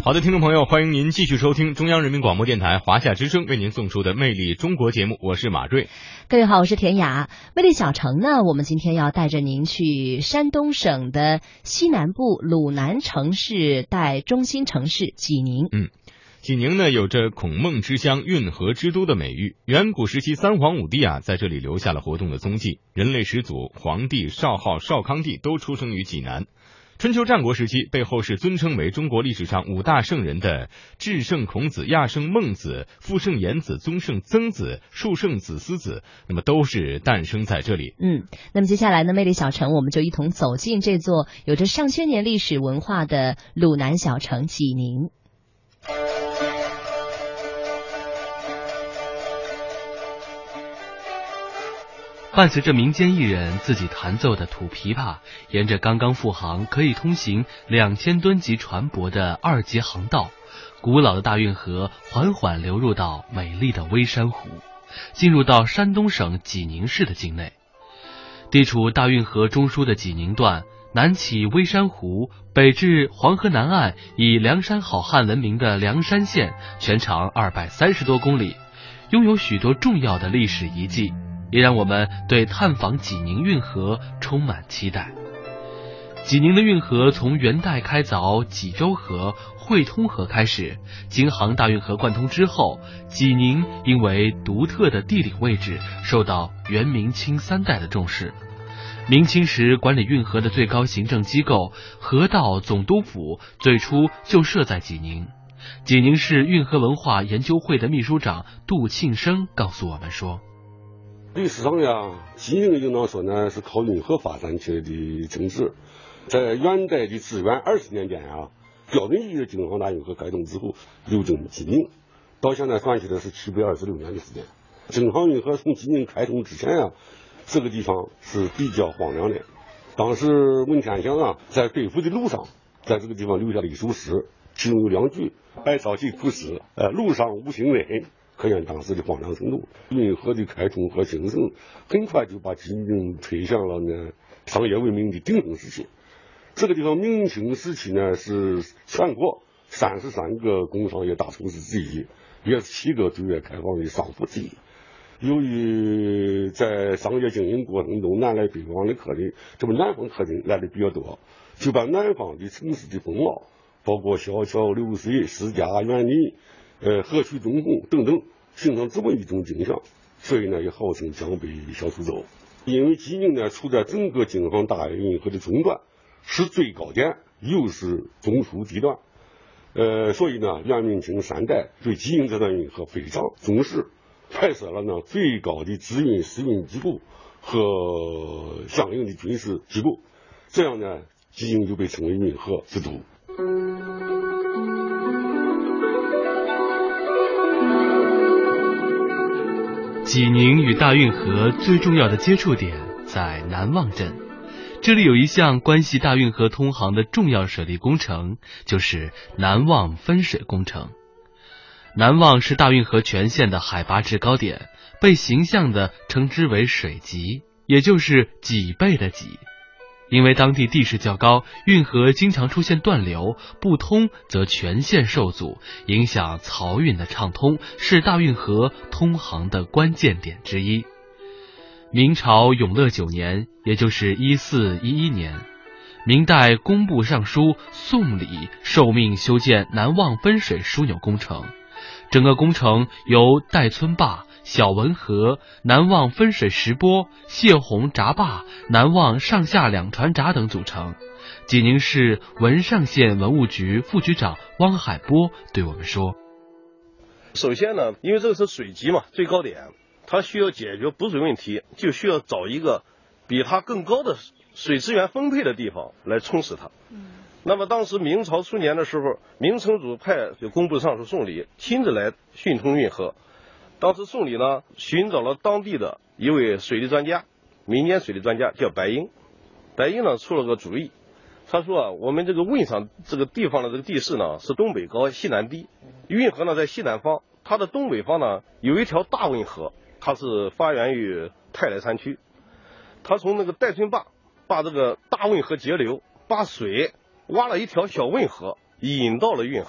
好的，听众朋友，欢迎您继续收听中央人民广播电台华夏之声为您送出的《魅力中国》节目，我是马瑞。 各位好，我是田雅。魅力小城呢，我们今天要带着您去山东省的西南部鲁南城市带中心城市济宁。 济宁呢有着孔孟之乡、运河之都的美誉，远古时期三皇五帝在这里留下了活动的踪迹，人类始祖黄帝、少昊、少康帝都出生于济南。春秋战国时期被后世尊称为中国历史上五大圣人的至圣孔子、亚圣孟子、父圣颜子、宗圣曾子、述圣子思子，那么都是诞生在这里。 那么接下来呢，魅力小城我们就一同走进这座有着上千年历史文化的鲁南小城济宁。 伴随着民间艺人自己弹奏的土琵琶，沿着刚刚复航可以通行2000吨级船舶的2节航道，古老的大运河缓缓流入到美丽的微山湖，进入到山东省济宁市的境内。地处大运河中枢的济宁段，南起微山湖，北至黄河南岸以梁山好汉闻名的梁山县，全长230多公里，拥有许多重要的历史遗迹，也让我们对探访济宁运河充满期待。济宁的运河从元代开凿济州河、汇通河开始，京杭大运河贯通之后，济宁因为独特的地理位置，受到元、明、清3代的重视。明清时管理运河的最高行政机构河道总督府最初就设在济宁。济宁市运河文化研究会的秘书长杜庆生告诉我们说， 历史上呀，济宁应当说呢是靠运河发展起来的城市。在元代的至元20年间标准意义的京杭大运河开通之后，流经济宁，到现在算起来是726年的时间。京杭运河从济宁开通之前这个地方是比较荒凉的。当时文天祥在对付的路上，在这个地方留下了一首诗，其中有2句：百草齐枯死，路上无行人。可见当时的荒凉程度。运河的开通和兴盛，很快就把济宁推向了商业文明的鼎盛时期。这个地方明清时期是全国33个工商业大城市之一，也是7个对外开放的商埠之一。由于在商业经营过程中南来北往的客人，这么南方客人来的比较多，就把南方的城市的风貌，包括小桥流水、世家园林、河曲中红等等，形成这么一种景象，所以也号称江北小苏州。因为济宁处在整个京杭大运河的中段，是最高点，又是中枢地段，所以元明清3代对济宁这段运河非常重视，派设了最高的直运试运机构和相应的军事机构，这样济宁就被称为运河之都。 济宁与大运河最重要的接触点在南望镇，这里有一项关系大运河通航的重要水利工程，就是南望分水工程。南望是大运河全线的海拔制高点，被形象地称之为水脊，也就是脊背的脊。因为当地地势较高，运河经常出现断流，不通则全线受阻，影响漕运的畅通，是大运河通航的关键点之一。明朝永乐9年，也就是1411年，明代工部尚书宋礼受命修建南望分水枢纽工程，整个工程由戴村坝、小文河、南望分水石钵、泄洪闸坝、南望上下2船闸等组成。济宁市文上县文物局副局长汪海波对我们说， 首先因为这个是水脊嘛，最高点，它需要解决补水问题，就需要找一个比它更高的水资源分配的地方来充实它。那么当时明朝初年的时候，明成祖派工部尚书宋礼亲自来训通运河。当时宋礼寻找了当地的一位水利专家，民间水利专家叫白英。白英出了个主意，他说我们这个汶上这个地方的这个地势是东北高西南低，运河在西南方，它的东北方有一条大汶河，它是发源于泰来山区，它从那个戴村坝把这个大汶河截流，把水挖了一条小汶河引到了运河，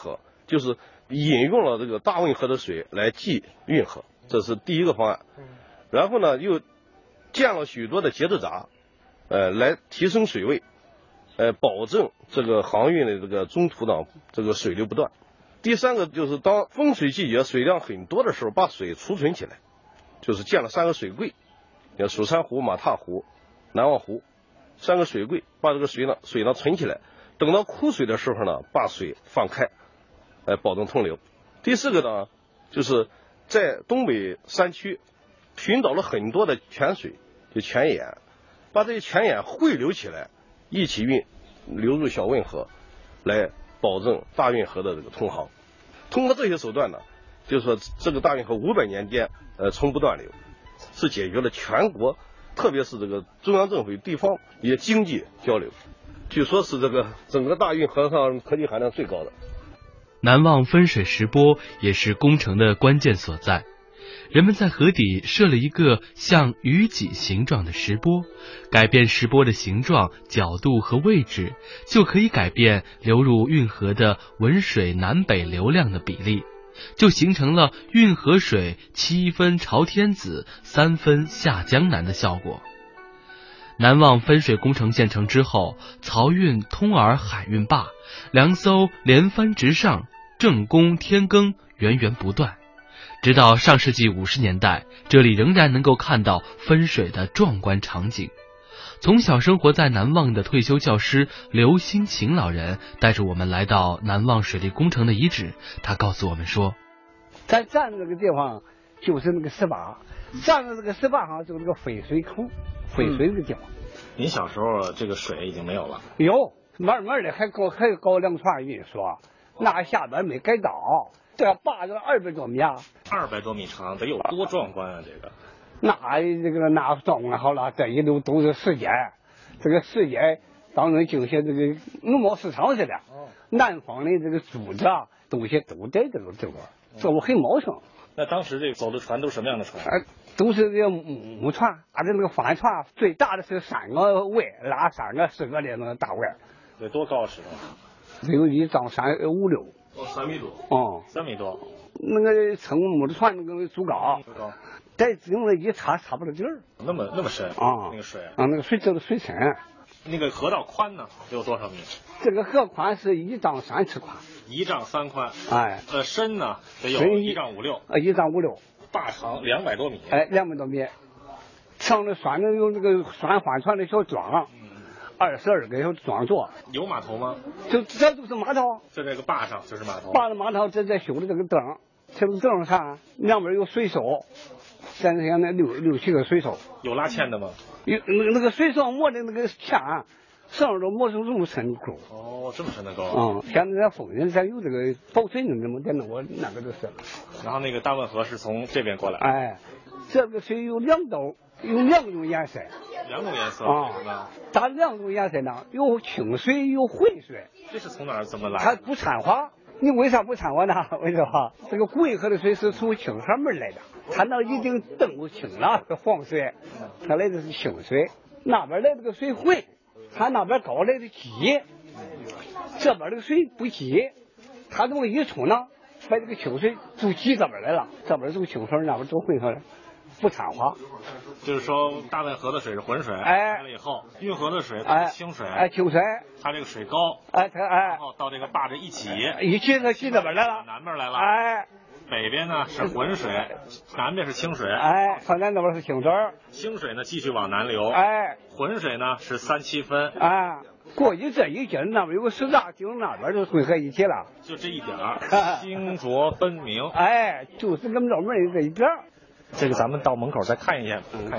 就是引用了这个大运河的水来济运河，这是第一个方案。然后呢，又建了许多的节制闸，来提升水位，保证这个航运的这个中途呢这个水流不断。第三个就是当丰水季节水量很多的时候，把水储存起来，就是建了3个水柜，像蜀山湖、马踏湖、南望湖3个水柜，把这个水呢存起来，等到枯水的时候呢，把水放开，保证通流。第四个呢，就是在东北山区寻找了很多的泉水，就泉眼，把这些泉眼汇流起来，一起流入小汶河，来保证大运河的这个通航。通过这些手段呢，就是说这个大运河500年间从不断流，是解决了全国特别是这个中央政府与地方也经济交流，据说是这个整个大运河上科技含量最高的。 南望分水石波也是工程的关键所在。人们在河底设了一个像鱼脊形状的石波，改变石波的形状、角度和位置，就可以改变流入运河的文水南北流量的比例，就形成了运河水7分朝天子，3分下江南的效果。南望分水工程建成之后，漕运通洱海运坝2艘连帆直上，正宫天更，源源不断。直到上世纪50年代，这里仍然能够看到分水的壮观场景。从小生活在南望的退休教师刘新琴老人带着我们来到南望水利工程的遗址，他告诉我们说， 咱站的这个地方就是那个石坝，站的这个石坝上就是那个翡水口，翡水这个地方。 您小时候这个水已经没有了？ 有，慢慢的还搞两船运输，那下边没改道。这坝子200多米啊 ，200多米长，得有多壮观啊！这个， 那壮观好了，这一路都是世界，这个世界当然就像这个农贸市场似的，南方的这个组织啊，东西都在这个地方，这我很茂盛。 那当时这走的船都是什么样的船？ 都是这个木船，这个帆船，最大的是3个桅，拉3个、4个的那个大桅。 得多高是吧？ 有一丈3、5、6。 3米多。 哦 ，3米多。 那个乘木头船那个足高，再用了一差不多底儿。 那么深啊？ 那个水啊，那个水就是水深。 那个河道宽呢，有多少米？ 这个河宽是1丈3尺宽。 1丈3宽。 哎。 深呢得有1丈5、6。 1丈5、6。 坝长200多米。 哎，200多米。上了船的有那个船帆船的小桩。22个小桩座。 有码头吗？ 这都是码头。 在这个坝上就是码头。 坝的码头这在修的这个灯，这个灯上两边有水手，现在那6、7个水手。 有拉纤的吗？ 有那个水手磨的那个纤，上面都磨成这么深的沟。 哦，这么深的沟。 现在咱丰人咱有这个保水的，怎么的我那个都是。 然后那个大汶河是从这边过来。 哎，这个水有2种颜色。 2种颜色啊？它2种颜色呢？有清水，有浑水。 这是从哪儿怎么来？ 它不掺和。你为啥不掺和呢？为什么？这个贵河的水是从清河门来的，它那已经澄清了是黄水，它来的是清水。那边来这个水浑，它那边高来的急，这边这个水不急，它这么一冲呢，把这个清水都急这边来了，这边走清水，那边走浑水了。不掺和， 就是说大汶河的水是浑水， 来了以后，运河的水清水， 清水， 它这个水高， 然后到这个坝这一起它起这边来了， 南边来了，北边呢是浑水，南边是清水， 上南那边是清水， 清水呢继续往南流，浑水呢是3、7分， 过去这一节那边有个石闸，就那边就混合一起了， 就这一点清浊分明， 就是跟老门这一点。 这个咱们到门口再看一眼， 来，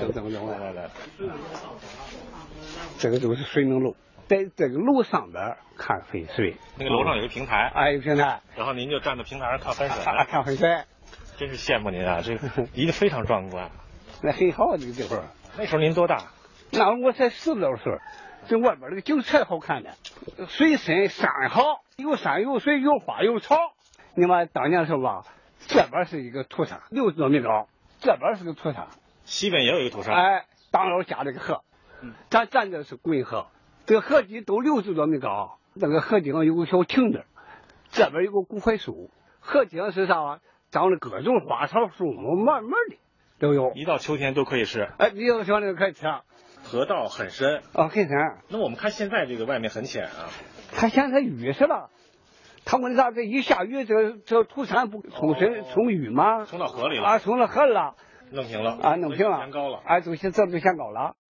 这个就是水能路，在这个路上边看翡水。 那个楼上有个平台， 有平台， 然后您就站在平台上看分水， 看分水。 真是羡慕您啊，这个一定非常壮观。 那很好这个地方。 那时候您多大？ 那我才10多岁，这外边这个景才好看的，水深山好，有山有水有花有草。你们当年是吧？这边是一个土山，60多米高。这边是个土山， 西边也有一个土山。 当老家这个河，咱这是滚河，这个河底都60多米高，这个河顶上有个小亭子， 这边有个古槐树，河景是啥啊？长了各种花草树木，慢慢的都有。 一到秋天都可以吃。 哎，一到秋天可以吃。 河道很深啊，很深。 那么我们看现在这个外面很浅啊， 它现在雨是吧？他问啥？这一下雨，这土山不冲水冲雨吗？ 冲到河里了啊，冲到河了， 弄平了啊，弄平了， 嫌高了， 啊，这都嫌高了。